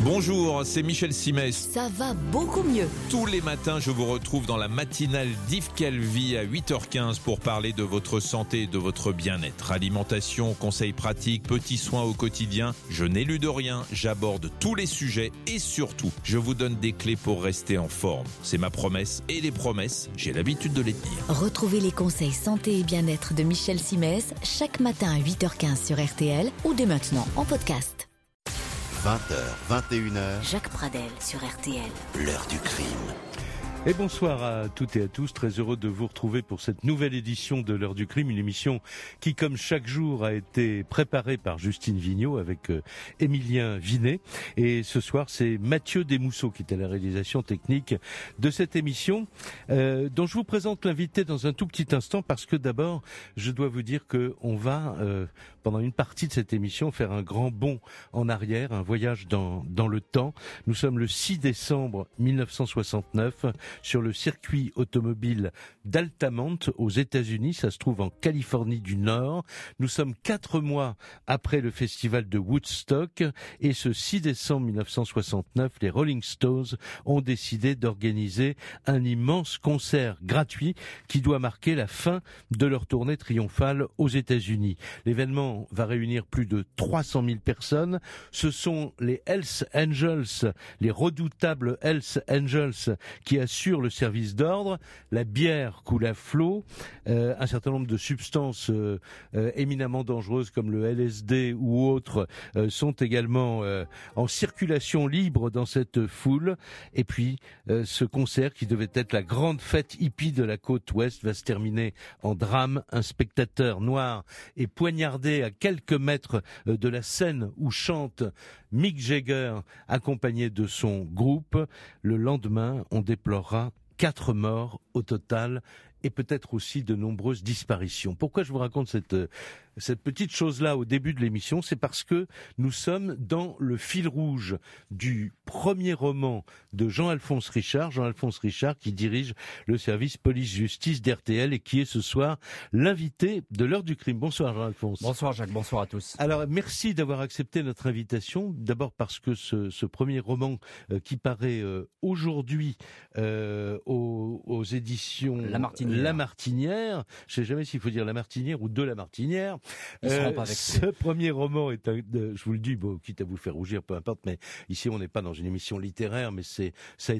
Bonjour, c'est Michel Simès. Ça va beaucoup mieux. Tous les matins, je vous retrouve dans la matinale d'Yves Calvi à 8h15 pour parler de votre santé et de votre bien-être. Alimentation, conseils pratiques, petits soins au quotidien. Je n'élude rien, j'aborde tous les sujets et surtout, je vous donne des clés pour rester en forme. C'est ma promesse et les promesses, j'ai l'habitude de les tenir. Retrouvez les conseils santé et bien-être de Michel Simès chaque matin à 8h15 sur RTL ou dès maintenant en podcast. 20h, 21h, Jacques Pradel sur RTL. l'heure du crime. Et bonsoir à toutes et à tous, très heureux de vous retrouver pour cette nouvelle édition de l'heure du crime, une émission qui, comme chaque jour, a été préparée par Justine Vignot avec Émilien Vinet. Et ce soir, c'est Mathieu Desmousseaux qui est à la réalisation technique de cette émission, dont je vous présente l'invité dans un tout petit instant, parce que d'abord, je dois vous dire que on va, pendant une partie de cette émission, faire un grand bond en arrière, un voyage dans le temps. Nous sommes le 6 décembre 1969, sur le circuit automobile d'Altamont aux États-Unis. Ça se trouve en Californie du Nord. Nous sommes 4 mois après le festival de Woodstock et ce 6 décembre 1969, les Rolling Stones ont décidé d'organiser un immense concert gratuit qui doit marquer la fin de leur tournée triomphale aux États-Unis. L'événement va réunir plus de 300 000 personnes. Ce sont les Hells Angels, les redoutables Hells Angels qui assurent le service d'ordre. La bière coule à flot. Un certain nombre de substances éminemment dangereuses comme le LSD ou autres sont également en circulation libre dans cette foule. Et puis, ce concert qui devait être la grande fête hippie de la côte ouest va se terminer en drame. Un spectateur noir est poignardé à quelques mètres de la scène où chante Mick Jagger accompagné de son groupe. Le lendemain, on déplorera 4 morts au total et peut-être aussi de nombreuses disparitions. Pourquoi je vous raconte cette petite chose-là au début de l'émission? C'est parce que nous sommes dans le fil rouge du premier roman de Jean-Alphonse Richard qui dirige le service police-justice d'RTL et qui est ce soir l'invité de l'heure du crime. Bonsoir Jean-Alphonse. Bonsoir Jacques, bonsoir à tous. Alors merci d'avoir accepté notre invitation, d'abord parce que ce premier roman qui paraît aujourd'hui aux éditions La Martinière, je ne sais jamais s'il faut dire La Martinière ou de La Martinière. Ils seront pas ce premier roman est je vous le dis, quitte à vous faire rougir, peu importe, mais ici on n'est pas dans une émission littéraire, mais c'est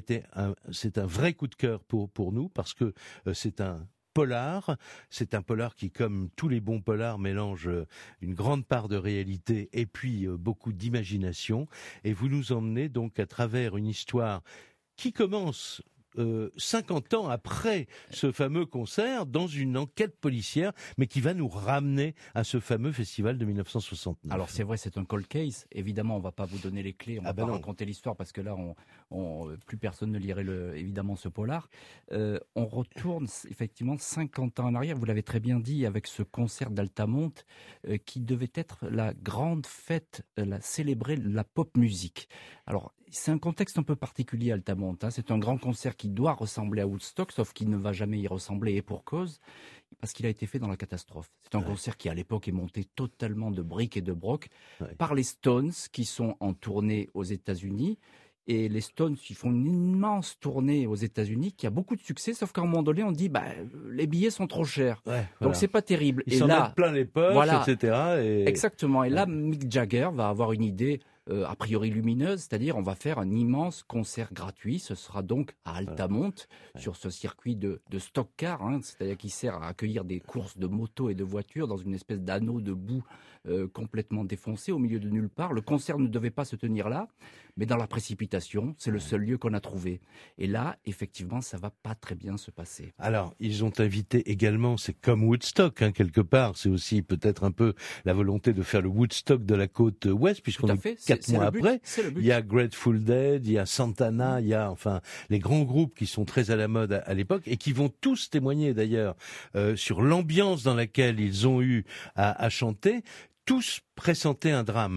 un vrai coup de cœur pour nous, parce que c'est un polar. C'est un polar qui, comme tous les bons polars, mélange une grande part de réalité et puis beaucoup d'imagination. Et vous nous emmenez donc à travers une histoire qui commence 50 ans après ce fameux concert, dans une enquête policière, mais qui va nous ramener à ce fameux festival de 1969. Alors c'est vrai, c'est un cold case. Évidemment, on va pas vous donner les clés, on va pas raconter l'histoire, parce que là, plus personne ne lirait évidemment ce polar. On retourne effectivement 50 ans en arrière, vous l'avez très bien dit, avec ce concert d'Altamont qui devait être la grande fête, célébrer la pop musique. Alors, c'est un contexte un peu particulier, Altamont. C'est un grand concert qui doit ressembler à Woodstock, sauf qu'il ne va jamais y ressembler, et pour cause, parce qu'il a été fait dans la catastrophe. C'est un concert qui, à l'époque, est monté totalement de briques et de broc par les Stones, qui sont en tournée aux États-Unis. Et les Stones, ils font une immense tournée aux États-Unis qui a beaucoup de succès, sauf qu'à un moment donné, on dit les billets sont trop chers. Donc c'est pas terrible. Ils s'en mettent plein les poches, etc. Exactement. Et là, Mick Jagger va avoir une idée a priori lumineuse, c'est-à-dire on va faire un immense concert gratuit. Ce sera donc à Altamont, sur ce circuit de stock car, c'est-à-dire qui sert à accueillir des courses de motos et de voitures dans une espèce d'anneau de boue complètement défoncé au milieu de nulle part. Le concert ne devait pas se tenir là, mais dans la précipitation, c'est le seul lieu qu'on a trouvé. Et là, effectivement, ça va pas très bien se passer. Alors, ils ont invité également, c'est comme Woodstock, quelque part, c'est aussi peut-être un peu la volonté de faire le Woodstock de la côte ouest, puisqu'on est 4 mois après. Il y a Grateful Dead, il y a Santana, il y a enfin les grands groupes qui sont très à la mode à l'époque et qui vont tous témoigner d'ailleurs sur l'ambiance dans laquelle ils ont eu à chanter. Tous pressentaient un drame. Oui,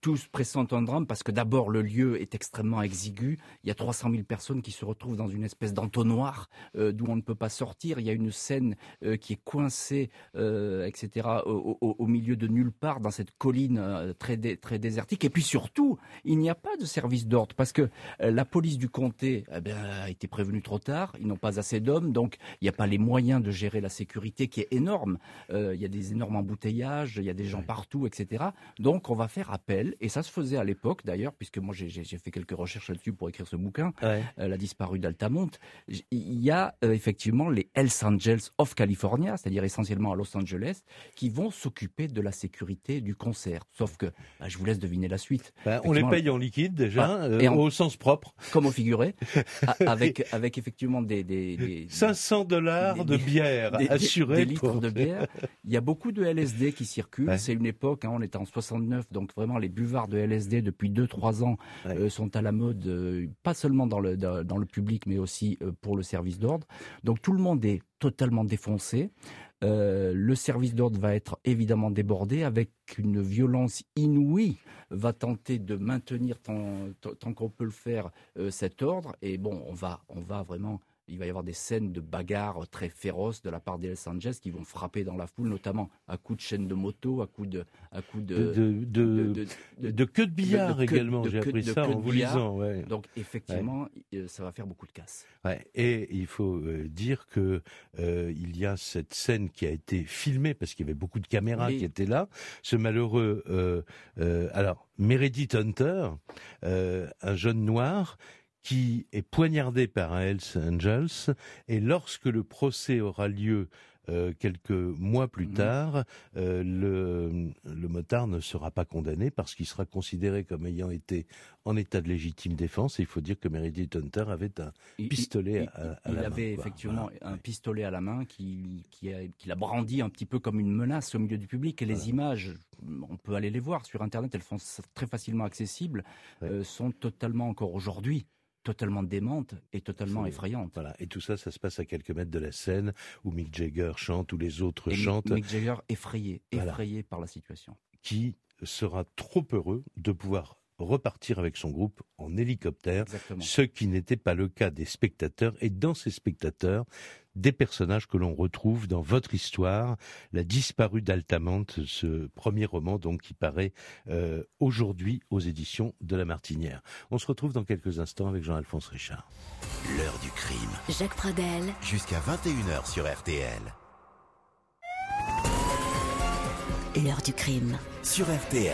tous pressentent un drame parce que d'abord le lieu est extrêmement exigu. Il y a 300 000 personnes qui se retrouvent dans une espèce d'entonnoir d'où on ne peut pas sortir. Il y a une scène qui est coincée, etc. Au milieu de nulle part dans cette colline très désertique. Et puis surtout, il n'y a pas de service d'ordre parce que la police du comté a été prévenue trop tard. Ils n'ont pas assez d'hommes, donc il n'y a pas les moyens de gérer la sécurité qui est énorme. Il y a des énormes embouteillages, il y a des gens partout, etc. Donc on va faire appel, et ça se faisait à l'époque d'ailleurs, puisque moi j'ai fait quelques recherches là-dessus pour écrire ce bouquin, La disparue d'Altamont. Il y a effectivement les Hells Angels of California, c'est-à-dire essentiellement à Los Angeles, qui vont s'occuper de la sécurité du concert. Sauf que, je vous laisse deviner la suite. On les paye en liquide déjà, au sens propre. Comme au figuré, avec effectivement des $500 de bière assurée. Des litres de bière. Il y a beaucoup de LSD qui circulent. C'est une époque, on est en 69, donc vraiment les buvards de LSD depuis 2-3 ans sont à la mode, pas seulement dans le public, mais aussi pour le service d'ordre. Donc tout le monde est totalement défoncé. Le service d'ordre va être évidemment débordé avec une violence inouïe, va tenter de maintenir tant qu'on peut le faire cet ordre. Et bon, on va vraiment... Il va y avoir des scènes de bagarres très féroces de la part des Hells Angels qui vont frapper dans la foule, notamment à coups de chaîne de moto, à coups de queue de billard également. J'ai appris ça en vous lisant. Ouais. Donc effectivement, ça va faire beaucoup de casse. Ouais. Et il faut dire que il y a cette scène qui a été filmée parce qu'il y avait beaucoup de caméras qui étaient là. Ce malheureux, alors Meredith Hunter, un jeune noir, qui est poignardé par un Hells Angels, et lorsque le procès aura lieu quelques mois plus tard, le motard ne sera pas condamné parce qu'il sera considéré comme ayant été en état de légitime défense. Et il faut dire que Meredith Hunter avait un pistolet à la main. Il avait effectivement un pistolet à la main qu'il a brandi un petit peu comme une menace au milieu du public. Et les images, on peut aller les voir sur Internet, elles sont très facilement accessibles, sont totalement encore aujourd'hui totalement démente et totalement effrayante. Voilà. Et tout ça, ça se passe à quelques mètres de la scène où Mick Jagger chante, où les autres chantent. Mick Jagger effrayé par la situation. Qui sera trop heureux de pouvoir repartir avec son groupe en hélicoptère, ce qui n'était pas le cas des spectateurs. Et dans ces spectateurs, des personnages que l'on retrouve dans votre histoire, La disparue d'Altamont, ce premier roman donc qui paraît aujourd'hui aux éditions de La Martinière. On se retrouve dans quelques instants avec Jean-Alphonse Richard. L'heure du crime. Jacques Pradel. Jusqu'à 21h sur RTL. L'heure du crime. Sur RTL.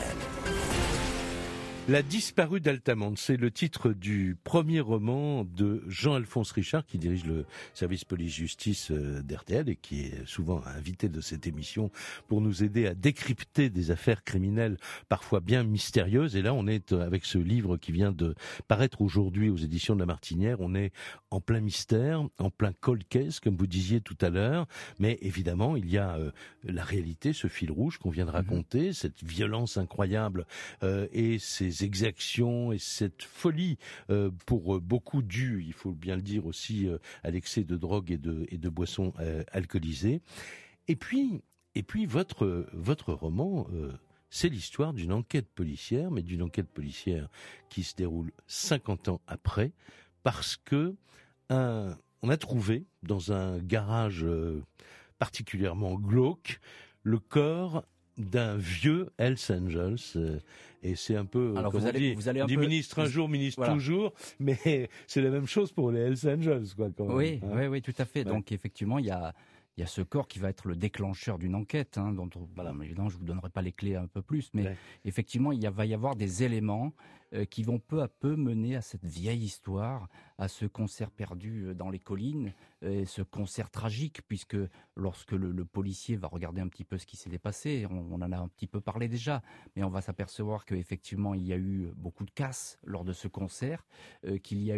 La disparue d'Altamont, c'est le titre du premier roman de Jean-Alphonse Richard, qui dirige le service police-justice d'RTL et qui est souvent invité de cette émission pour nous aider à décrypter des affaires criminelles parfois bien mystérieuses. Et là, on est avec ce livre qui vient de paraître aujourd'hui aux éditions de La Martinière. On est en plein mystère, en plein cold case, comme vous disiez tout à l'heure. Mais évidemment, il y a la réalité, ce fil rouge qu'on vient de raconter, cette violence incroyable et ces exactions et cette folie pour beaucoup due, il faut bien le dire aussi, à l'excès de drogue et de boissons alcoolisées. Et puis votre roman, c'est l'histoire d'une enquête policière, mais d'une enquête policière qui se déroule 50 ans après, parce que on a trouvé dans un garage particulièrement glauque le corps d'un vieux Hells Angels, et c'est un peu, alors comme vous allez un peu... ministre un jour, ministre toujours, mais c'est la même chose pour les Hells Angels, quoi. Quand même, hein. Oui, tout à fait. Ouais. Donc effectivement, il y a ce corps qui va être le déclencheur d'une enquête, dont évidemment je vous donnerai pas les clés un peu plus, mais effectivement il va y avoir des éléments qui vont peu à peu mener à cette vieille histoire, à ce concert perdu dans les collines, et ce concert tragique, puisque lorsque le policier va regarder un petit peu ce qui s'était passé, on en a un petit peu parlé déjà, mais on va s'apercevoir qu'effectivement il y a eu beaucoup de casse lors de ce concert, qu'il y a eu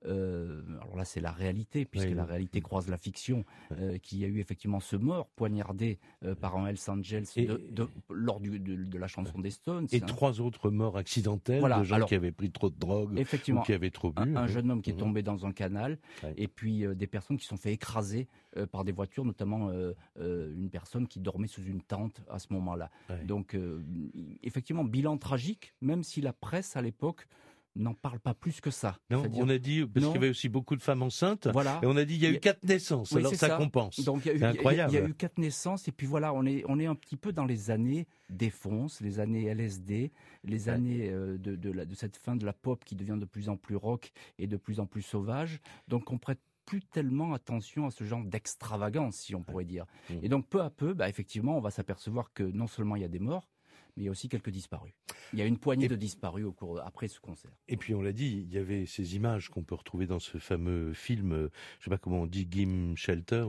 alors là c'est la réalité, puisque la réalité croise la fiction, qu'il y a eu effectivement ce mort poignardé par un Hells Angels lors de la chanson des Stones. Et 3 autres morts accidentelles de gens qui avaient pris trop de drogue ou qui avaient trop bu. Un jeune homme qui est tombé dans un canal, et puis des personnes qui se sont fait écraser par des voitures, notamment une personne qui dormait sous une tente à ce moment-là. Donc effectivement, bilan tragique, même si la presse à l'époque n'en parle pas plus que ça. Non, on a dit, parce qu'il y avait aussi beaucoup de femmes enceintes, et on a dit il y a eu 4 naissances, alors ça compense. Donc c'est incroyable. Il y a eu 4 naissances, et puis voilà, on est un petit peu dans les années défonce, les années LSD, les années de cette fin de la pop qui devient de plus en plus rock et de plus en plus sauvage. Donc on prête plus tellement attention à ce genre d'extravagance, si on pourrait dire. Et donc peu à peu, effectivement, on va s'apercevoir que non seulement il y a des morts, mais il y a aussi quelques disparus. Il y a une poignée de disparus après ce concert. Et puis on l'a dit, il y avait ces images qu'on peut retrouver dans ce fameux film, je ne sais pas comment on dit, Gimme Shelter,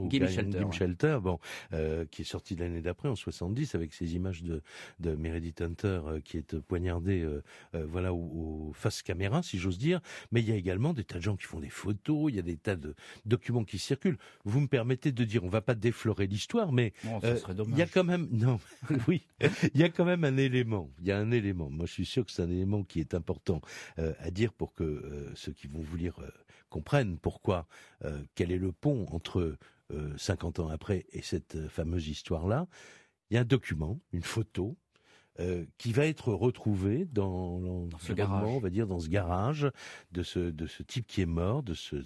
qui est sorti l'année d'après, en 70, avec ces images de Meredith Hunter qui est poignardée aux face caméra, si j'ose dire. Mais il y a également des tas de gens qui font des photos, il y a des tas de documents qui circulent. Vous me permettez de dire, on ne va pas déflorer l'histoire, mais il y a quand même... Non, oui, il y a quand même un élément. Moi, je suis sûr que c'est un élément qui est important à dire pour que ceux qui vont vous lire comprennent pourquoi, quel est le pont entre 50 ans après et cette fameuse histoire-là. Il y a un document, une photo, qui va être retrouvé dans ce garage, on va dire, dans ce garage de ce type qui est mort, de ce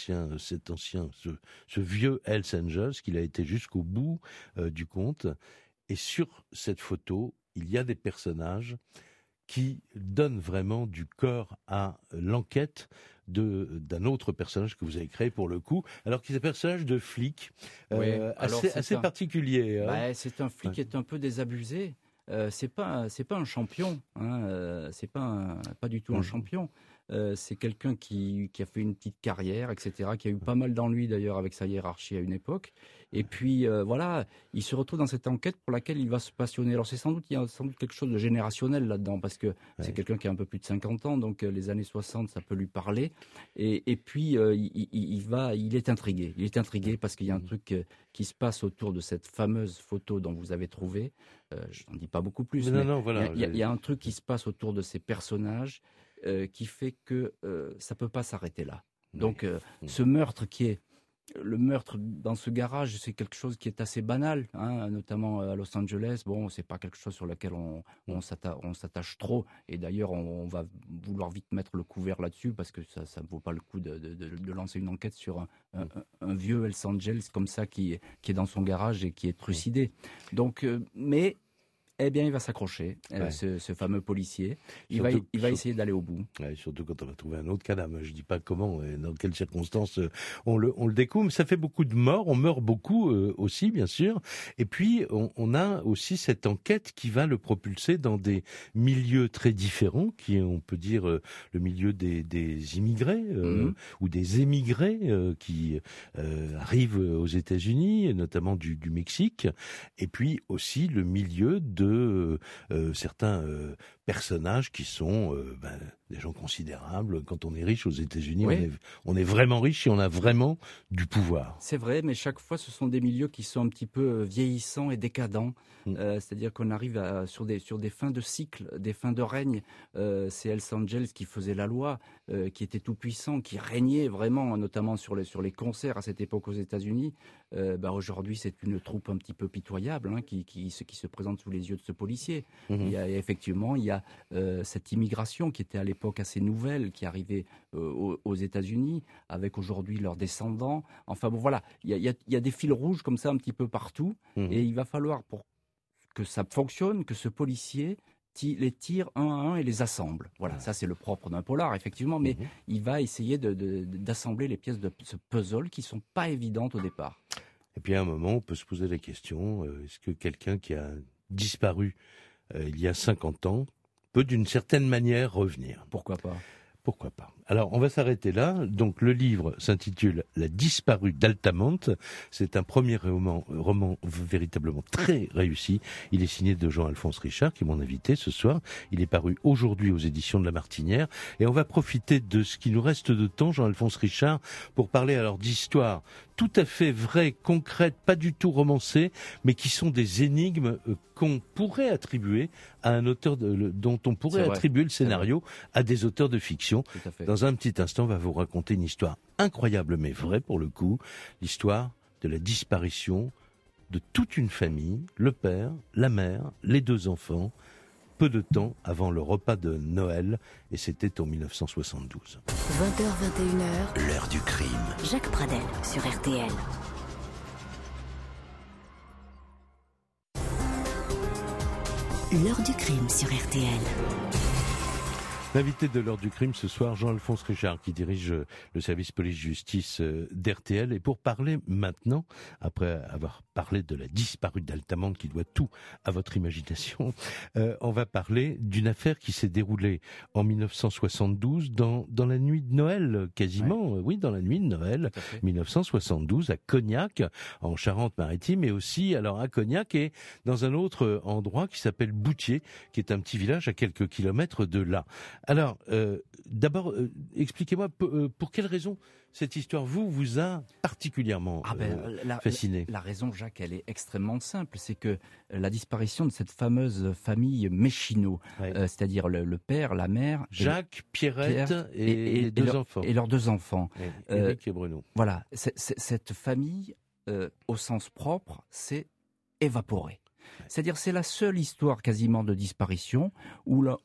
vieux Hells Angels, qu'il a été jusqu'au bout du compte. Et sur cette photo, il y a des personnages qui donnent vraiment du corps à l'enquête d'un autre personnage que vous avez créé pour le coup, alors qu'il est un personnage de flic assez particulier. C'est un flic qui est un peu désabusé. C'est pas un champion, c'est pas du tout un champion. C'est quelqu'un qui a fait une petite carrière, etc., qui a eu pas mal d'ennuis d'ailleurs avec sa hiérarchie à une époque. Et puis il se retrouve dans cette enquête pour laquelle il va se passionner. Alors il y a sans doute quelque chose de générationnel là-dedans, parce que c'est quelqu'un qui a un peu plus de 50 ans, donc les années 60, ça peut lui parler. Et puis il est intrigué. Il est intrigué parce qu'il y a un truc qui se passe autour de cette fameuse photo dont vous avez trouvé. Je n'en dis pas beaucoup plus, mais il y a un truc qui se passe autour de ces personnages qui fait que ça peut pas s'arrêter là. Donc ce meurtre le meurtre dans ce garage, c'est quelque chose qui est assez banal, notamment à Los Angeles. Bon, c'est pas quelque chose sur lequel on s'attache trop. Et d'ailleurs, on va vouloir vite mettre le couvert là-dessus parce que ça ne vaut pas le coup de lancer une enquête sur un vieux Hells Angels comme ça qui est dans son garage et qui est trucidé. Donc, mais eh bien, il va s'accrocher, ce fameux policier. Il va essayer d'aller au bout. Surtout quand on va trouver un autre cadavre. Je ne dis pas comment et dans quelles circonstances on le découvre. Mais ça fait beaucoup de morts. On meurt beaucoup aussi, bien sûr. Et puis, on a aussi cette enquête qui va le propulser dans des milieux très différents, qui est, on peut dire, le milieu des immigrés ou des émigrés qui arrivent aux États-Unis, notamment du Mexique. Et puis aussi le milieu de certains personnages qui sont des gens considérables. Quand on est riche aux États-Unis, on est vraiment riche et on a vraiment du pouvoir. C'est vrai, mais chaque fois, ce sont des milieux qui sont un petit peu vieillissants et décadents. C'est-à-dire qu'on arrive sur des fins de cycle, des fins de règne. C'est Hells Angels qui faisait la loi, qui était tout puissant, qui régnait vraiment, notamment sur les concerts à cette époque aux États-Unis. Aujourd'hui, c'est une troupe un petit peu pitoyable qui se présente sous les yeux de ce policier. Il y a cette immigration qui était à l'époque assez nouvelle, qui arrivait aux États-Unis, avec aujourd'hui leurs descendants. Enfin bon, voilà, il y a des fils rouges comme ça un petit peu partout, et il va falloir, pour que ça fonctionne, que ce policier les tire un à un et les assemble. Voilà, ça c'est le propre d'un polar, effectivement, mais il va essayer d'assembler les pièces de ce puzzle qui sont pas évidentes au départ. Et puis à un moment, on peut se poser la question, est-ce que quelqu'un qui a disparu il y a 50 ans peut d'une certaine manière revenir ? Pourquoi pas ? Pourquoi pas. Alors, on va s'arrêter là. Donc, le livre s'intitule « La disparue d'Altamont ». C'est un premier roman véritablement très réussi. Il est signé de Jean-Alphonse Richard, qui est mon invité ce soir. Il est paru aujourd'hui aux éditions de La Martinière. Et on va profiter de ce qui nous reste de temps, Jean-Alphonse Richard, pour parler alors d'histoires tout à fait vraies, concrètes, pas du tout romancées, mais qui sont des énigmes qu'on pourrait attribuer à un auteur dont on pourrait attribuer le scénario à des auteurs de fiction. Dans un petit instant, on va vous raconter une histoire incroyable mais vraie pour le coup, l'histoire de la disparition de toute une famille, le père, la mère, les 2 enfants, peu de temps avant le repas de Noël, et c'était en 1972. 20h, 21h, L'heure du crime. Jacques Pradel sur RTL. L'heure du crime sur RTL. L'invité de l'heure du crime ce soir, Jean-Alphonse Richard, qui dirige le service police-justice d'RTL. Et pour parler maintenant, après avoir parlé de la disparue d'Altamont qui doit tout à votre imagination, on va parler d'une affaire qui s'est déroulée en 1972 dans la nuit de Noël, quasiment. Oui, dans la nuit de Noël 1972 à Cognac, en Charente-Maritime, et aussi alors à Cognac et dans un autre endroit qui s'appelle Boutier, qui est un petit village à quelques kilomètres de là. Alors, d'abord, expliquez-moi pour quelle raison cette histoire vous a particulièrement fasciné. La raison, Jacques, elle est extrêmement simple. C'est que la disparition de cette fameuse famille Méchineau, c'est-à-dire le père, la mère... Jacques, Pierrette et les 2 enfants. Et leurs 2 enfants. Éric et Bruno. Voilà, cette famille, au sens propre, s'est évaporée. C'est-à-dire c'est la seule histoire quasiment de disparition où l'on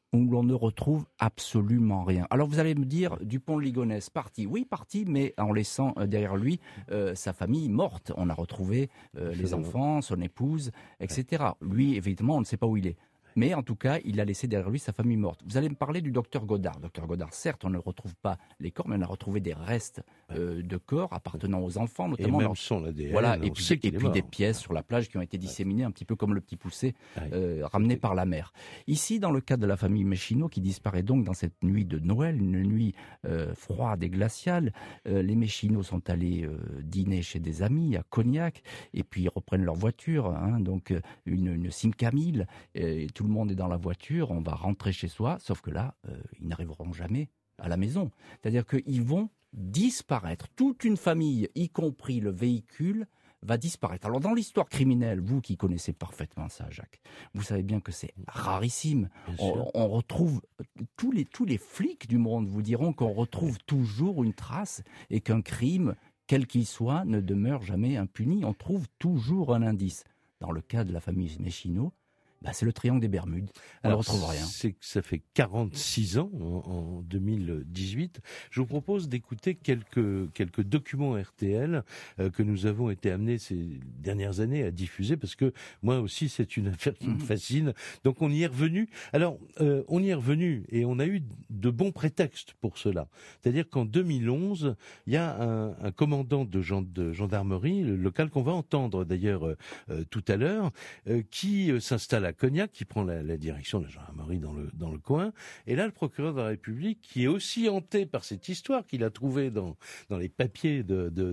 ne retrouve absolument rien. Alors vous allez me dire, Dupont de Ligonnès, parti. Oui, parti, mais en laissant derrière lui sa famille morte. On a retrouvé les enfants, son épouse, etc. Lui, évidemment, on ne sait pas où il est. Mais en tout cas, il a laissé derrière lui sa famille morte. Vous allez me parler du docteur Godard. Docteur Godard, certes, on ne retrouve pas les corps, mais on a retrouvé des restes de corps appartenant aux enfants, notamment. Et même son ADN. Voilà, et puis des pièces sur la plage qui ont été disséminées, un petit peu comme le petit poussé ramené par la mer. Ici, dans le cas de la famille Méchineau, qui disparaît donc dans cette nuit de Noël, une nuit froide et glaciale, les Méchineau sont allés dîner chez des amis à Cognac, et puis ils reprennent leur voiture, donc une Simca 1000, tout le monde est dans la voiture, on va rentrer chez soi, sauf que là, ils n'arriveront jamais à la maison. C'est-à-dire qu'ils vont disparaître. Toute une famille, y compris le véhicule, va disparaître. Alors dans l'histoire criminelle, vous qui connaissez parfaitement ça, Jacques, vous savez bien que c'est rarissime. On retrouve, tous les flics du monde vous diront qu'on retrouve toujours une trace et qu'un crime, quel qu'il soit, ne demeure jamais impuni. On trouve toujours un indice. Dans le cas de la famille Méchineau, c'est le triangle des Bermudes. On ne retrouve rien. Ça fait 46 ans, en 2018. Je vous propose d'écouter quelques documents RTL que nous avons été amenés ces dernières années à diffuser, parce que moi aussi, c'est une affaire qui me fascine. Donc on y est revenu. Alors, on y est revenu et on a eu de bons prétextes pour cela. C'est-à-dire qu'en 2011, il y a un commandant de gendarmerie locale qu'on va entendre d'ailleurs tout à l'heure, qui s'installe à Cognac, qui prend la direction de la gendarmerie dans le coin. Et là, le procureur de la République, qui est aussi hanté par cette histoire qu'il a trouvée dans les papiers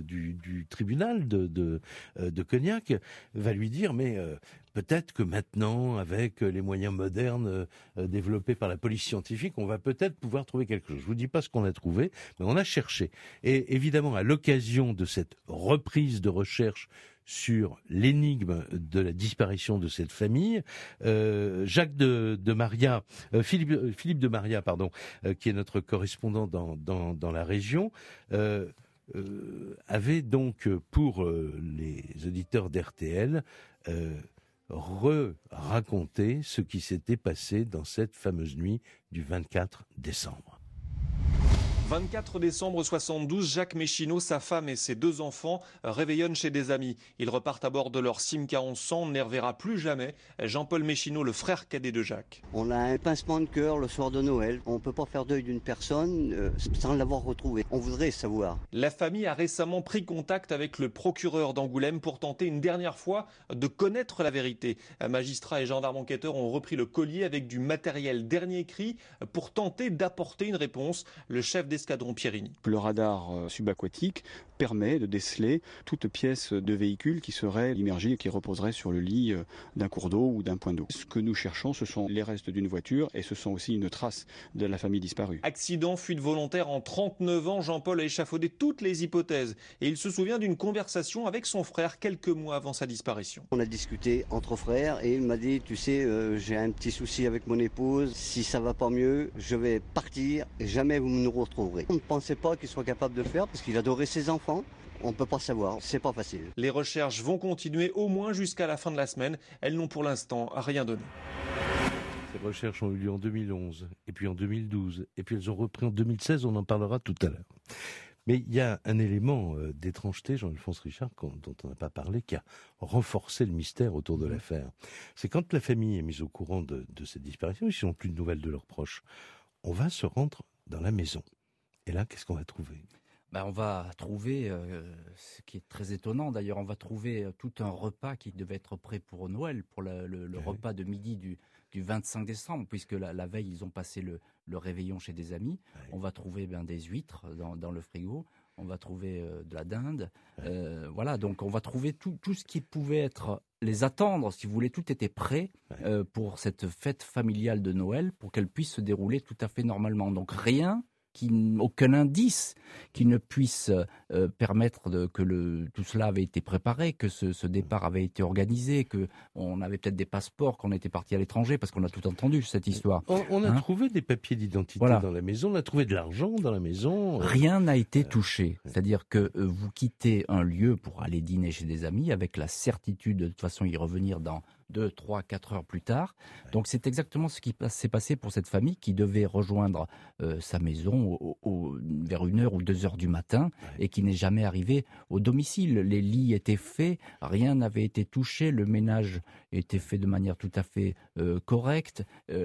du tribunal de Cognac, va lui dire, mais peut-être que maintenant, avec les moyens modernes développés par la police scientifique, on va peut-être pouvoir trouver quelque chose. Je vous dis pas ce qu'on a trouvé, mais on a cherché. Et évidemment, à l'occasion de cette reprise de recherche sur l'énigme de la disparition de cette famille, Philippe de Maria, qui est notre correspondant dans la région, avait donc pour les auditeurs d'RTL raconté ce qui s'était passé dans cette fameuse nuit du 24 décembre. 24 décembre 72, Jacques Méchineau, sa femme et ses 2 enfants réveillonnent chez des amis. Ils repartent à bord de leur Simca 1100, on ne les reverra plus jamais. Jean-Paul Méchineau, le frère cadet de Jacques. On a un pincement de cœur le soir de Noël. On ne peut pas faire deuil d'une personne sans l'avoir retrouvée. On voudrait savoir. La famille a récemment pris contact avec le procureur d'Angoulême pour tenter une dernière fois de connaître la vérité. Magistrats et gendarmes enquêteurs ont repris le collier avec du matériel dernier cri pour tenter d'apporter une réponse. Le chef d'escadron Pierini. Le radar subaquatique permet de déceler toute pièce de véhicule qui serait immergée et qui reposerait sur le lit d'un cours d'eau ou d'un point d'eau. Ce que nous cherchons, ce sont les restes d'une voiture et ce sont aussi une trace de la famille disparue. Accident, fuite volontaire en 39 ans, Jean-Paul a échafaudé toutes les hypothèses et il se souvient d'une conversation avec son frère quelques mois avant sa disparition. On a discuté entre frères et il m'a dit, tu sais, j'ai un petit souci avec mon épouse, si ça va pas mieux, je vais partir et jamais vous nous retrouverez. On ne pensait pas qu'il soit capable de le faire parce qu'il adorait ses enfants. On ne peut pas savoir, c'est pas facile. Les recherches vont continuer au moins jusqu'à la fin de la semaine. Elles n'ont pour l'instant rien donné. Ces recherches ont eu lieu en 2011, et puis en 2012, et puis elles ont repris en 2016, on en parlera tout à l'heure. Mais il y a un élément d'étrangeté, Jean-Alphonse Richard, dont on n'a pas parlé, qui a renforcé le mystère autour de l'affaire. C'est quand la famille est mise au courant de cette disparition, ils n'ont plus de nouvelles de leurs proches. On va se rendre dans la maison. Et là, qu'est-ce qu'on va trouver ? On va trouver, ce qui est très étonnant d'ailleurs, on va trouver tout un repas qui devait être prêt pour Noël, pour le repas de midi du 25 décembre, puisque la veille, ils ont passé le réveillon chez des amis. Ouais. On va trouver des huîtres dans le frigo, on va trouver de la dinde. Voilà, donc on va trouver tout ce qui pouvait être les attendre, si vous voulez, tout était prêt pour cette fête familiale de Noël, pour qu'elle puisse se dérouler tout à fait normalement. Donc aucun indice qui ne puisse permettre que tout cela avait été préparé, que ce départ avait été organisé, qu'on avait peut-être des passeports, qu'on était parti à l'étranger, parce qu'on a tout entendu cette histoire. On a trouvé des papiers d'identité dans la maison, on a trouvé de l'argent dans la maison. Rien n'a été touché. C'est-à-dire que vous quittez un lieu pour aller dîner chez des amis avec la certitude de toute façon y revenir dans 2, 3, 4 heures plus tard. Donc c'est exactement ce qui s'est passé pour cette famille qui devait rejoindre sa maison vers 1h ou 2h du matin et qui n'est jamais arrivé au domicile. Les lits étaient faits, rien n'avait été touché, le ménage était fait de manière tout à fait correcte,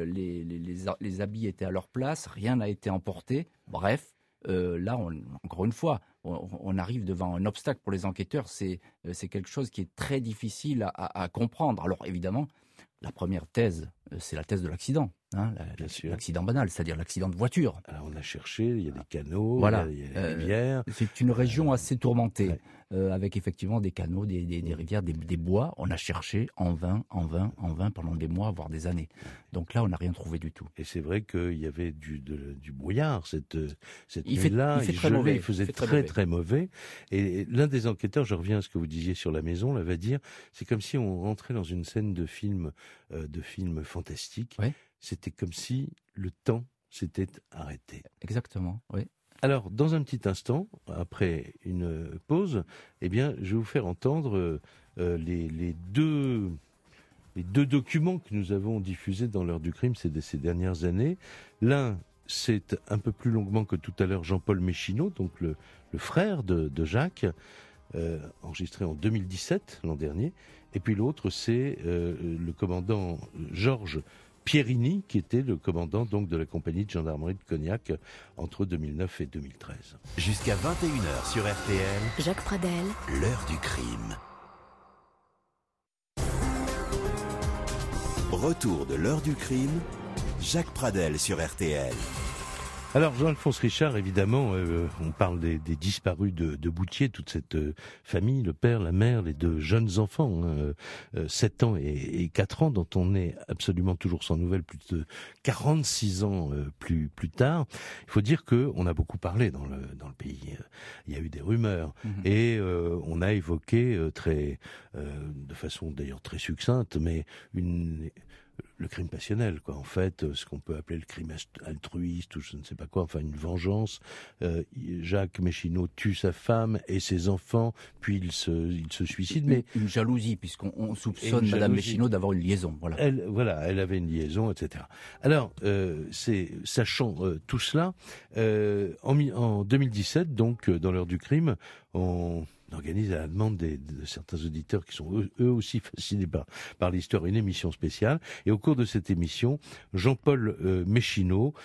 les habits étaient à leur place, rien n'a été emporté. Bref, là, encore une fois, on arrive devant un obstacle pour les enquêteurs. C'est quelque chose qui est très difficile à comprendre. Alors évidemment, la première thèse, c'est la thèse de l'accident. L'accident banal, c'est-à-dire l'accident de voiture. Alors on a cherché, il y a des canaux, il y a des rivières. C'est une région assez tourmentée, avec effectivement des canaux, des rivières, des bois. On a cherché en vain pendant des mois, voire des années. Donc là, on n'a rien trouvé du tout. Et c'est vrai qu'il y avait du brouillard cette nuit-là. Il faisait très mauvais. Et l'un des enquêteurs, je reviens à ce que vous disiez sur la maison, là, va dire, c'est comme si on rentrait dans une scène de film fantastique. Ouais. C'était comme si le temps s'était arrêté. Exactement, oui. Alors, dans un petit instant, après une pause, je vais vous faire entendre les deux documents que nous avons diffusés dans l'heure du crime ces dernières années. L'un, c'est un peu plus longuement que tout à l'heure Jean-Paul Méchineau, donc le frère de Jacques, enregistré en 2017, l'an dernier. Et puis l'autre, c'est le commandant Georges Pierini, qui était le commandant donc de la compagnie de gendarmerie de Cognac entre 2009 et 2013. Jusqu'à 21h sur RTL, Jacques Pradel, l'heure du crime. Retour de l'heure du crime, Jacques Pradel sur RTL. Alors Jean-Alphonse Richard, évidemment, on parle des disparus de Boutier, toute cette famille, le père, la mère, les 2 jeunes enfants, 7 ans et 4 ans, dont on est absolument toujours sans nouvelles, plus de 46 ans plus tard. Il faut dire qu'on a beaucoup parlé dans le pays. Il y a eu des rumeurs et on a évoqué de façon d'ailleurs très succincte, mais le crime passionnel, quoi. En fait, ce qu'on peut appeler le crime altruiste ou je ne sais pas quoi, enfin une vengeance. Jacques Méchineau tue sa femme et ses enfants, puis il se suicide. Mais une jalousie, puisqu'on soupçonne Madame Méchineau d'avoir une liaison. Voilà. Elle avait une liaison, etc. Alors, sachant tout cela, en 2017, donc dans l'heure du crime, on organise à la demande de certains auditeurs qui sont eux aussi fascinés par l'histoire une émission spéciale. Et au cours de cette émission, Jean-Paul Méchineau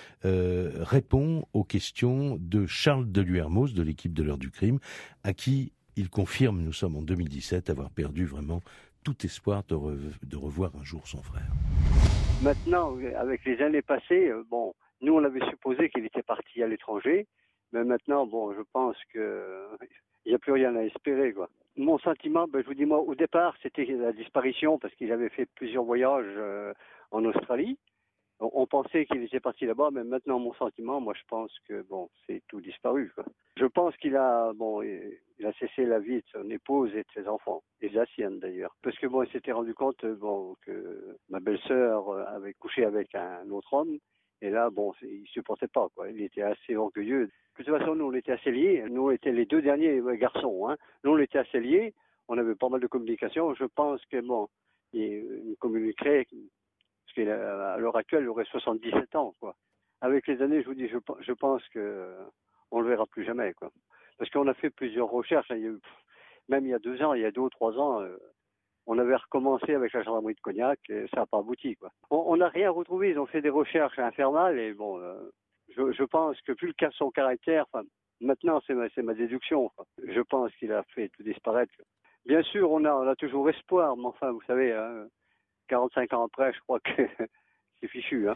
répond aux questions de Charles Deluermoz de l'équipe de l'heure du crime, à qui il confirme, nous sommes en 2017, avoir perdu vraiment tout espoir de revoir un jour son frère. Maintenant, avec les années passées, nous on avait supposé qu'il était parti à l'étranger, mais maintenant, je pense que il n'y a plus rien à espérer, quoi. Mon sentiment, je vous dis, moi, au départ, c'était la disparition parce qu'il avait fait plusieurs voyages en Australie. On pensait qu'il était parti là-bas, mais maintenant, mon sentiment, moi, je pense que, c'est tout disparu, quoi. Je pense qu'il a, il a cessé la vie de son épouse et de ses enfants, et de la sienne, d'ailleurs. Parce que, il s'était rendu compte, que ma belle-sœur avait couché avec un autre homme, et là, il supportait pas, quoi. Il était assez orgueilleux. De toute façon, nous, on était assez liés. Nous, on était les deux derniers garçons, hein. Nous, on était assez liés. On avait pas mal de communication. Je pense que, il communiquerait, parce qu'à l'heure actuelle, il aurait 77 ans, quoi. Avec les années, je vous dis, je pense que on le verra plus jamais, quoi. Parce qu'on a fait plusieurs recherches. Même il y a 2 ans, il y a 2 ou 3 ans, on avait recommencé avec la gendarmerie de Cognac et ça n'a pas abouti, quoi. On n'a rien retrouvé. Ils ont fait des recherches infernales et je pense que vu son caractère, maintenant c'est ma déduction, quoi. Je pense qu'il a fait tout disparaître. Bien sûr, on a toujours espoir, mais enfin, vous savez, 45 ans après, je crois que c'est fichu, hein.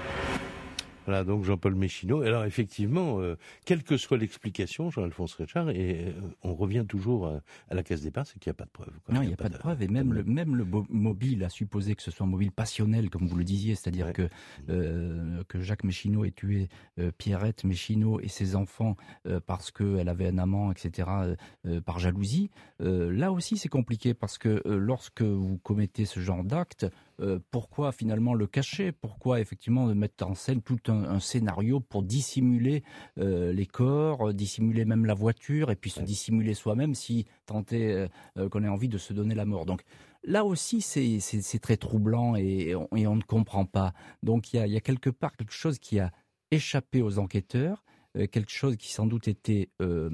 Voilà, donc Jean-Paul Méchineau. Alors effectivement, quelle que soit l'explication, Jean-Alphonse Richard, et on revient toujours à la case départ, c'est qu'il n'y a pas de preuve, quoi. Non, il n'y a pas de preuve, et même le mobile, à supposer que ce soit un mobile passionnel, comme vous le disiez, c'est-à-dire que Jacques Méchineau ait tué Pierrette Méchineau et ses enfants parce qu'elle avait un amant, etc., par jalousie. Là aussi, c'est compliqué, parce que lorsque vous commettez ce genre d'acte, pourquoi finalement le cacher ? Pourquoi effectivement mettre en scène tout un scénario pour dissimuler les corps, dissimuler même la voiture et puis se dissimuler soi-même si tant est qu'on ait envie de se donner la mort. Donc là aussi c'est très troublant et on ne comprend pas. Donc il y a quelque part quelque chose qui a échappé aux enquêteurs, quelque chose qui sans doute était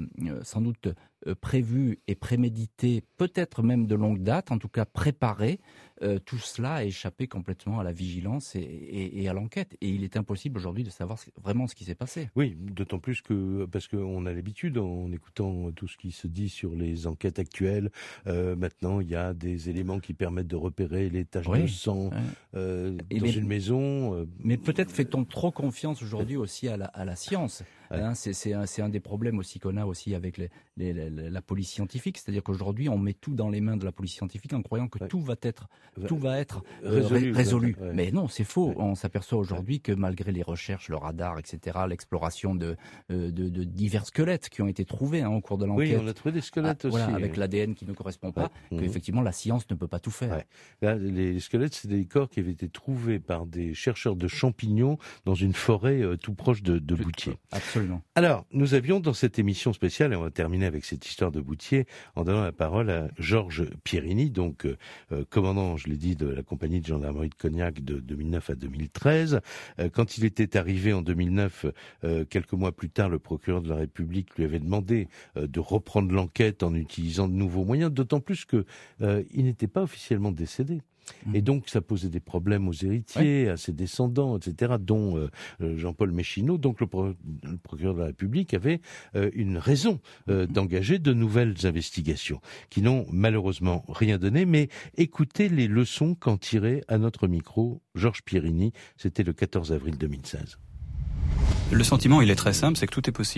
prévu et prémédité, peut-être même de longue date, en tout cas préparé. Tout cela a échappé complètement à la vigilance et à l'enquête. Et il est impossible aujourd'hui de savoir vraiment ce qui s'est passé. Oui, d'autant plus parce qu'on a l'habitude, en écoutant tout ce qui se dit sur les enquêtes actuelles, maintenant il y a des éléments qui permettent de repérer les taches de sang dans une maison. Mais peut-être fait-on trop confiance aujourd'hui aussi à la science. Hein, c'est un des problèmes aussi qu'on a aussi avec la police scientifique, c'est-à-dire qu'aujourd'hui on met tout dans les mains de la police scientifique en croyant que tout va être résolu. Mais non, c'est faux. On s'aperçoit aujourd'hui que malgré les recherches, le radar, etc., l'exploration de divers squelettes qui ont été trouvés au cours de l'enquête. Oui, on a trouvé des squelettes aussi. Voilà, avec l'ADN qui ne correspond pas, qu'effectivement la science ne peut pas tout faire. Ouais. Là, les squelettes, c'est des corps qui avaient été trouvés par des chercheurs de champignons dans une forêt tout proche de Boutier. Absolument. Alors, nous avions dans cette émission spéciale, et on va terminer avec cette histoire de Boutier, en donnant la parole à Georges Pierini, donc commandant, je l'ai dit, de la compagnie de gendarmerie de Cognac de 2009 à 2013. Quand il était arrivé en 2009, quelques mois plus tard, le procureur de la République lui avait demandé de reprendre l'enquête en utilisant de nouveaux moyens, d'autant plus que il n'était pas officiellement décédé. Et donc, ça posait des problèmes aux héritiers, à ses descendants, etc., dont Jean-Paul Méchineau. Donc, le procureur de la République avait une raison d'engager de nouvelles investigations, qui n'ont malheureusement rien donné. Mais écoutez les leçons qu'en tirait à notre micro Georges Pierini. C'était le 14 avril 2016. Le sentiment, il est très simple, c'est que tout est possible.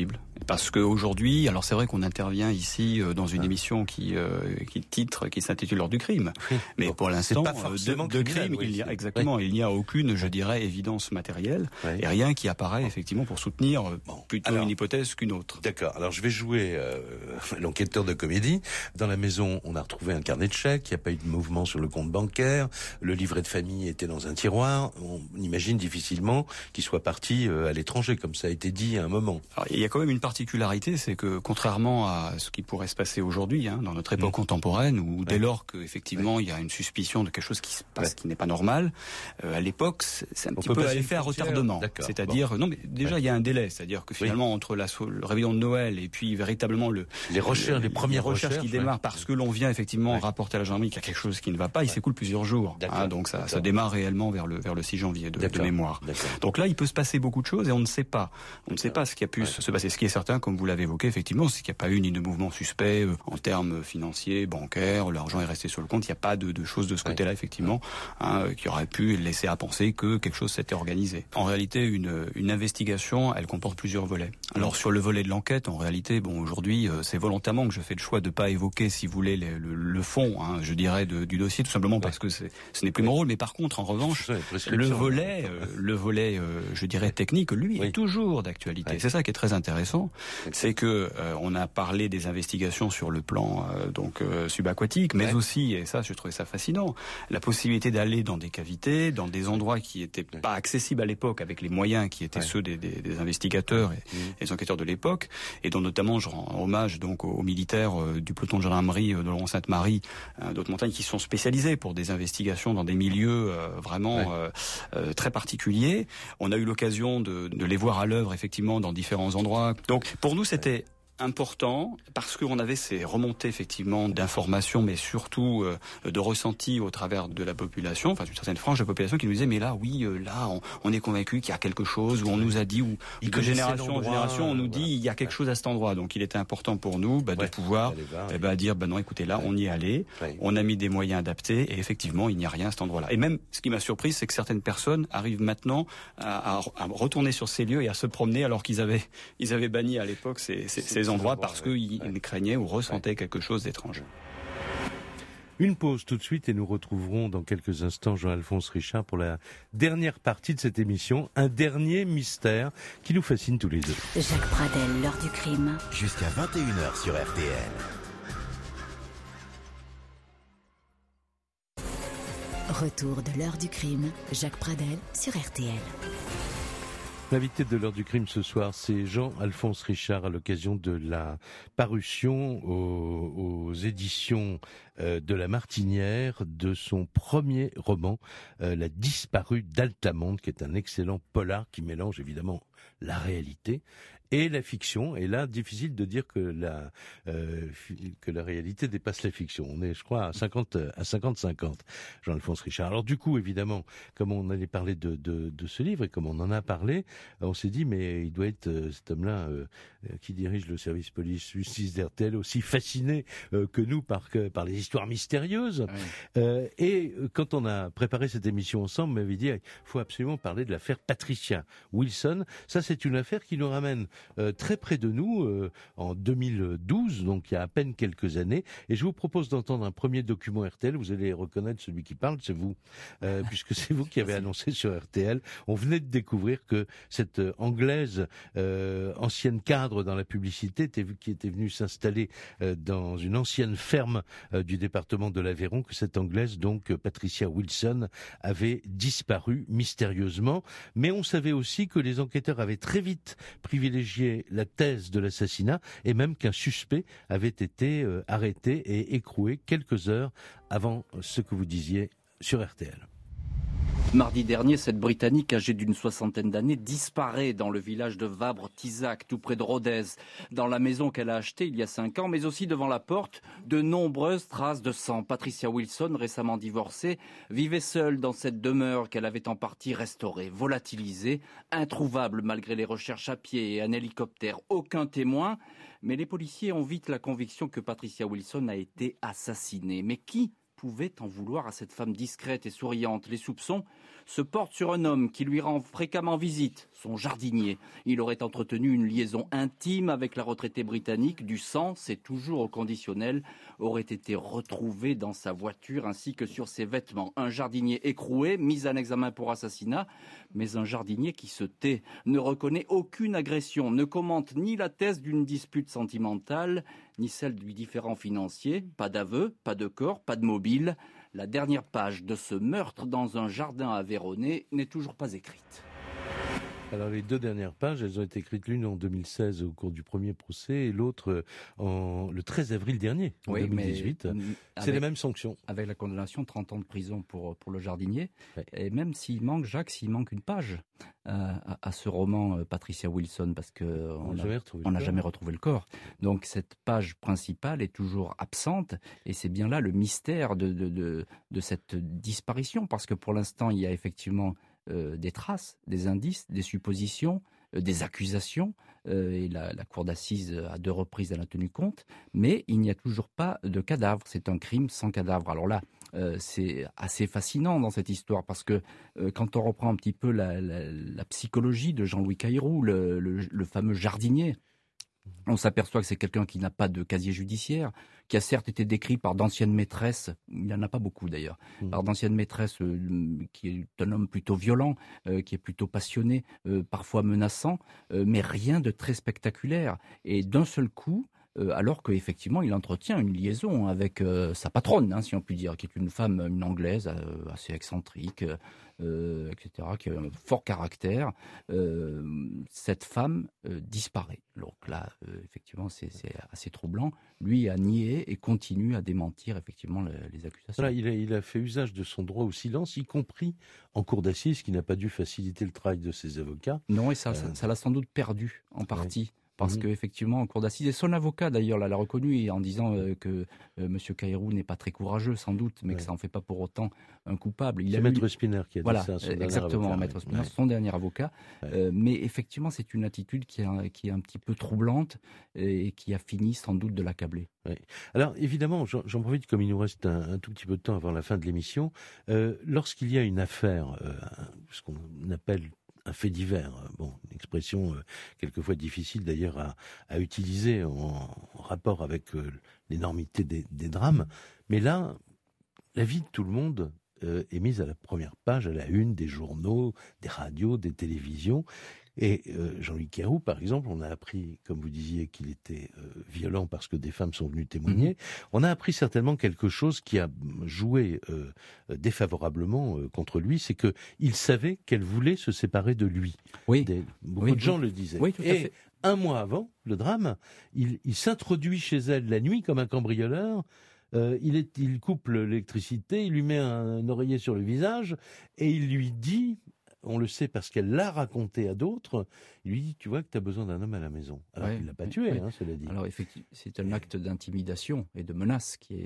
Parce qu'aujourd'hui, alors c'est vrai qu'on intervient ici dans une émission qui s'intitule L'heure du crime. Mais pour l'instant, de crime, il n'y a aucune, je dirais, évidence matérielle et rien qui apparaît effectivement pour soutenir plutôt une hypothèse qu'une autre. D'accord. Alors je vais jouer l'enquêteur de comédie. Dans la maison, on a retrouvé un carnet de chèques. Il n'y a pas eu de mouvement sur le compte bancaire. Le livret de famille était dans un tiroir. On imagine difficilement qu'il soit parti à l'étranger, comme ça a été dit à un moment. Alors, il y a quand même une particularité, c'est que contrairement à ce qui pourrait se passer aujourd'hui, dans notre époque contemporaine, où dès lors qu'effectivement il y a une suspicion de quelque chose qui se passe qui n'est pas normal, à l'époque c'est un petit peu l'effet à retardement. C'est-à-dire, non mais déjà il y a un délai, c'est-à-dire que finalement entre le réveillon de Noël et puis véritablement les premières recherches qui démarrent parce que l'on vient effectivement rapporter à la gendarmerie qu'il y a quelque chose qui ne va pas, il s'écoule plusieurs jours. Donc ça démarre réellement vers le 6 janvier de mémoire. Donc là il peut se passer beaucoup de choses et on ne sait pas. On ne sait pas ce qui a pu se passer. Ce qui est certain, comme vous l'avez évoqué, effectivement, c'est qu'il n'y a pas eu ni de mouvement suspect en termes financiers, bancaires, l'argent est resté sur le compte. Il n'y a pas de choses de ce côté-là, effectivement, qui aurait pu laisser à penser que quelque chose s'était organisé. En réalité, une investigation, elle comporte plusieurs volets. Alors sur le volet de l'enquête, en réalité, aujourd'hui, c'est volontairement que je fais le choix de ne pas évoquer, si vous voulez, le fond, je dirais, du dossier, tout simplement parce que ce n'est plus mon rôle. Mais par contre, en revanche, le volet, je dirais, technique, lui, est toujours d'actualité. C'est ça qui est très intéressant, c'est que on a parlé des investigations sur le plan subaquatique, mais aussi, et ça je trouvais ça fascinant, la possibilité d'aller dans des cavités, dans des endroits qui n'étaient pas accessibles à l'époque avec les moyens qui étaient ceux des investigateurs et des enquêteurs de l'époque, et dont notamment je rends hommage donc aux militaires du peloton de gendarmerie de Laurent-Sainte-Marie, d'autres montagnes qui sont spécialisés pour des investigations dans des milieux vraiment très particuliers. On a eu l'occasion de les voir à l'œuvre effectivement dans différents endroits. Donc pour nous c'était important parce qu'on avait ces remontées effectivement d'informations, mais surtout de ressentis au travers de la population, d'une certaine frange de la population qui nous disait mais là on est convaincu qu'il y a quelque chose, ou on nous a dit, ou de génération en génération on nous dit il y a quelque chose à cet endroit. Donc il était important pour nous de pouvoir dire non écoutez là on y est allé, on a mis des moyens adaptés et effectivement il n'y a rien à cet endroit-là. Et même ce qui m'a surpris, c'est que certaines personnes arrivent maintenant à retourner sur ces lieux et à se promener alors qu'ils avaient banni à l'époque ces endroits parce qu'ils craignaient ou ressentaient quelque chose d'étrange. Une pause tout de suite et nous retrouverons dans quelques instants Jean-Alphonse Richard pour la dernière partie de cette émission, un dernier mystère qui nous fascine tous les deux. Jacques Pradel, l'heure du crime. Jusqu'à 21h sur RTL. Retour de l'heure du crime, Jacques Pradel sur RTL. L'invité de l'heure du crime ce soir, c'est Jean-Alphonse Richard à l'occasion de la parution aux éditions de La Martinière de son premier roman, La disparue d'Altamont, qui est un excellent polar qui mélange évidemment la réalité et la fiction. Et là, difficile de dire que la réalité dépasse la fiction. On est, je crois, à 50-50, Jean-Alphonse Richard. Alors du coup, évidemment, comme on allait parler de ce livre et comme on en a parlé, on s'est dit, mais il doit être cet homme-là qui dirige le service police-justice d'RTL aussi fasciné que nous par les histoires mystérieuses. Oui. Et quand on a préparé cette émission ensemble, on m'avait dit, il faut absolument parler de l'affaire Patricia Wilson. Ça, c'est une affaire qui nous ramène très près de nous en 2012, donc il y a à peine quelques années. Et je vous propose d'entendre un premier document RTL. Vous allez reconnaître celui qui parle, c'est vous, puisque c'est vous qui avez annoncé sur RTL. On venait de découvrir que cette Anglaise, ancienne cadre dans la publicité, qui était venue s'installer dans une ancienne ferme du département de l'Aveyron, que cette Anglaise, donc Patricia Wilson, avait disparu mystérieusement. Mais on savait aussi que les enquêteurs avaient très vite privilégié la thèse de l'assassinat et même qu'un suspect avait été arrêté et écroué quelques heures avant ce que vous disiez sur RTL. Mardi dernier, cette Britannique âgée d'une 60aine d'années disparaît dans le village de Vabre-Tizac, tout près de Rodez, dans la maison qu'elle a achetée il y a 5 ans, mais aussi devant la porte, de nombreuses traces de sang. Patricia Wilson, récemment divorcée, vivait seule dans cette demeure qu'elle avait en partie restaurée, volatilisée, introuvable malgré les recherches à pied et un hélicoptère. Aucun témoin, mais les policiers ont vite la conviction que Patricia Wilson a été assassinée. Mais qui pouvait en vouloir à cette femme discrète et souriante? Les soupçons se portent sur un homme qui lui rend fréquemment visite, son jardinier. Il aurait entretenu une liaison intime avec la retraitée britannique. Du sang, c'est toujours au conditionnel, aurait été retrouvé dans sa voiture ainsi que sur ses vêtements. Un jardinier écroué, mis en examen pour assassinat, mais un jardinier qui se tait, ne reconnaît aucune agression, ne commente ni la thèse d'une dispute sentimentale, ni celle du différend financier. Pas d'aveu, pas de corps, pas de mobile. La dernière page de ce meurtre dans un jardin aveyronnais n'est toujours pas écrite. Alors les 2 dernières pages, elles ont été écrites l'une en 2016 au cours du premier procès et l'autre le 13 avril dernier, en 2018. C'est les mêmes sanctions. Avec la condamnation, 30 ans de prison pour le jardinier. Ouais. Et même s'il manque, Jacques, s'il manque une page à ce roman Patricia Wilson, parce qu'on n'a jamais retrouvé le corps. Donc cette page principale est toujours absente et c'est bien là le mystère de cette disparition, parce que pour l'instant, il y a effectivement des traces, des indices, des suppositions, des accusations, et la cour d'assises à 2 reprises en a tenu compte, mais il n'y a toujours pas de cadavre. C'est un crime sans cadavre. Alors là, c'est assez fascinant dans cette histoire, parce que quand on reprend un petit peu la psychologie de Jean-Louis Caïroux, le fameux jardinier, on s'aperçoit que c'est quelqu'un qui n'a pas de casier judiciaire, qui a certes été décrit par d'anciennes maîtresses, il n'y en a pas beaucoup d'ailleurs, par d'anciennes maîtresses, qui est un homme plutôt violent, qui est plutôt passionné, parfois menaçant, mais rien de très spectaculaire. Et d'un seul coup, alors qu'effectivement il entretient une liaison avec sa patronne, si on peut dire, qui est une femme, une Anglaise assez excentrique, etc., qui a un fort caractère. Cette femme disparaît. Donc là, effectivement, c'est assez troublant. Lui a nié et continue à démentir effectivement les accusations. Voilà, il a fait usage de son droit au silence, y compris en cour d'assises, qui n'a pas dû faciliter le travail de ses avocats. Non, et ça l'a sans doute perdu en partie. Ouais. Parce qu'effectivement, en cour d'assises, et son avocat d'ailleurs l'a reconnu en disant que M. Caïroux n'est pas très courageux, sans doute, mais que ça n'en fait pas pour autant un coupable. C'est Maître Spinner qui a dit ça. Exactement, Maître Spinner, son dernier avocat. Mais effectivement, c'est une attitude qui est un petit peu troublante et qui a fini sans doute de l'accabler. Alors évidemment, j'en profite comme il nous reste un tout petit peu de temps avant la fin de l'émission. Lorsqu'il y a une affaire, ce qu'on appelle un fait divers, une expression quelquefois difficile d'ailleurs à utiliser en rapport avec l'énormité des drames, mais là, la vie de tout le monde est mise à la première page, à la une des journaux, des radios, des télévisions. Et Jean-Louis Caïroux, par exemple, on a appris, comme vous disiez, qu'il était violent parce que des femmes sont venues témoigner. On a appris certainement quelque chose qui a joué défavorablement contre lui, c'est que il savait qu'elle voulait se séparer de lui. Oui. Beaucoup de gens le disaient. Oui, tout à fait. Un mois avant le drame, il s'introduit chez elle la nuit comme un cambrioleur. Il coupe l'électricité, il lui met un oreiller sur le visage et il lui dit... On le sait parce qu'elle l'a raconté à d'autres. Il lui dit, tu vois que tu as besoin d'un homme à la maison. Alors il ne l'a pas tué, cela dit. Alors effectivement, c'est un acte d'intimidation et de menace qui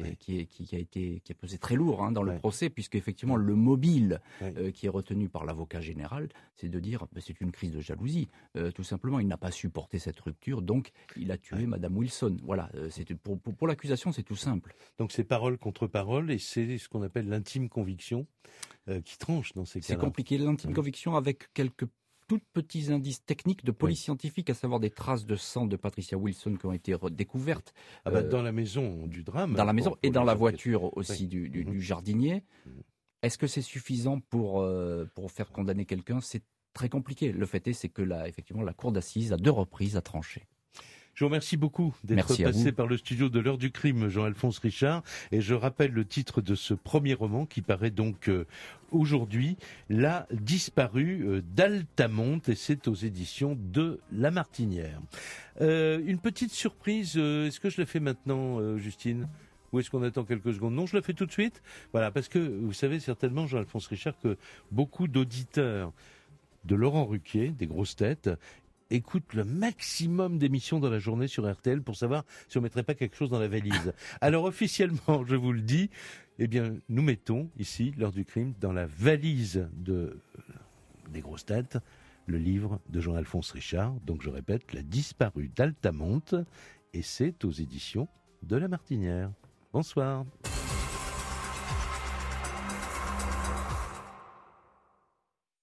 a pesé très lourd dans le procès, puisque effectivement le mobile qui est retenu par l'avocat général, c'est de dire c'est une crise de jalousie. Tout simplement, il n'a pas supporté cette rupture, donc il a tué Madame Wilson. Voilà, pour l'accusation, c'est tout simple. Donc c'est parole contre parole, et c'est ce qu'on appelle l'intime conviction qui tranche dans ces cas-là. C'est compliqué, l'intime conviction avec quelques tout petits indices techniques de police scientifique, à savoir des traces de sang de Patricia Wilson qui ont été découvertes. Dans la maison du drame. Dans la maison et dans la voiture aussi du jardinier. Est-ce que c'est suffisant pour faire condamner quelqu'un? C'est très compliqué. Le fait est, c'est que effectivement, la cour d'assises, à 2 reprises, a tranché. Je vous remercie beaucoup d'être passé par le studio de l'heure du crime, Jean-Alphonse Richard. Et je rappelle le titre de ce premier roman qui paraît donc aujourd'hui, La disparue d'Altamonte, et c'est aux éditions de La Martinière. Une petite surprise, est-ce que je la fais maintenant, Justine ? Ou est-ce qu'on attend quelques secondes? Non, je le fais tout de suite. Voilà, parce que vous savez certainement, Jean-Alphonse Richard, que beaucoup d'auditeurs de Laurent Ruquier, des grosses têtes, écoute le maximum d'émissions dans la journée sur RTL pour savoir si on ne mettrait pas quelque chose dans la valise. Alors officiellement, je vous le dis, nous mettons ici, l'heure du crime, dans la valise des grosses têtes, le livre de Jean-Alphonse Richard. Donc je répète, La disparue d'Altamonte, et c'est aux éditions de La Martinière. Bonsoir.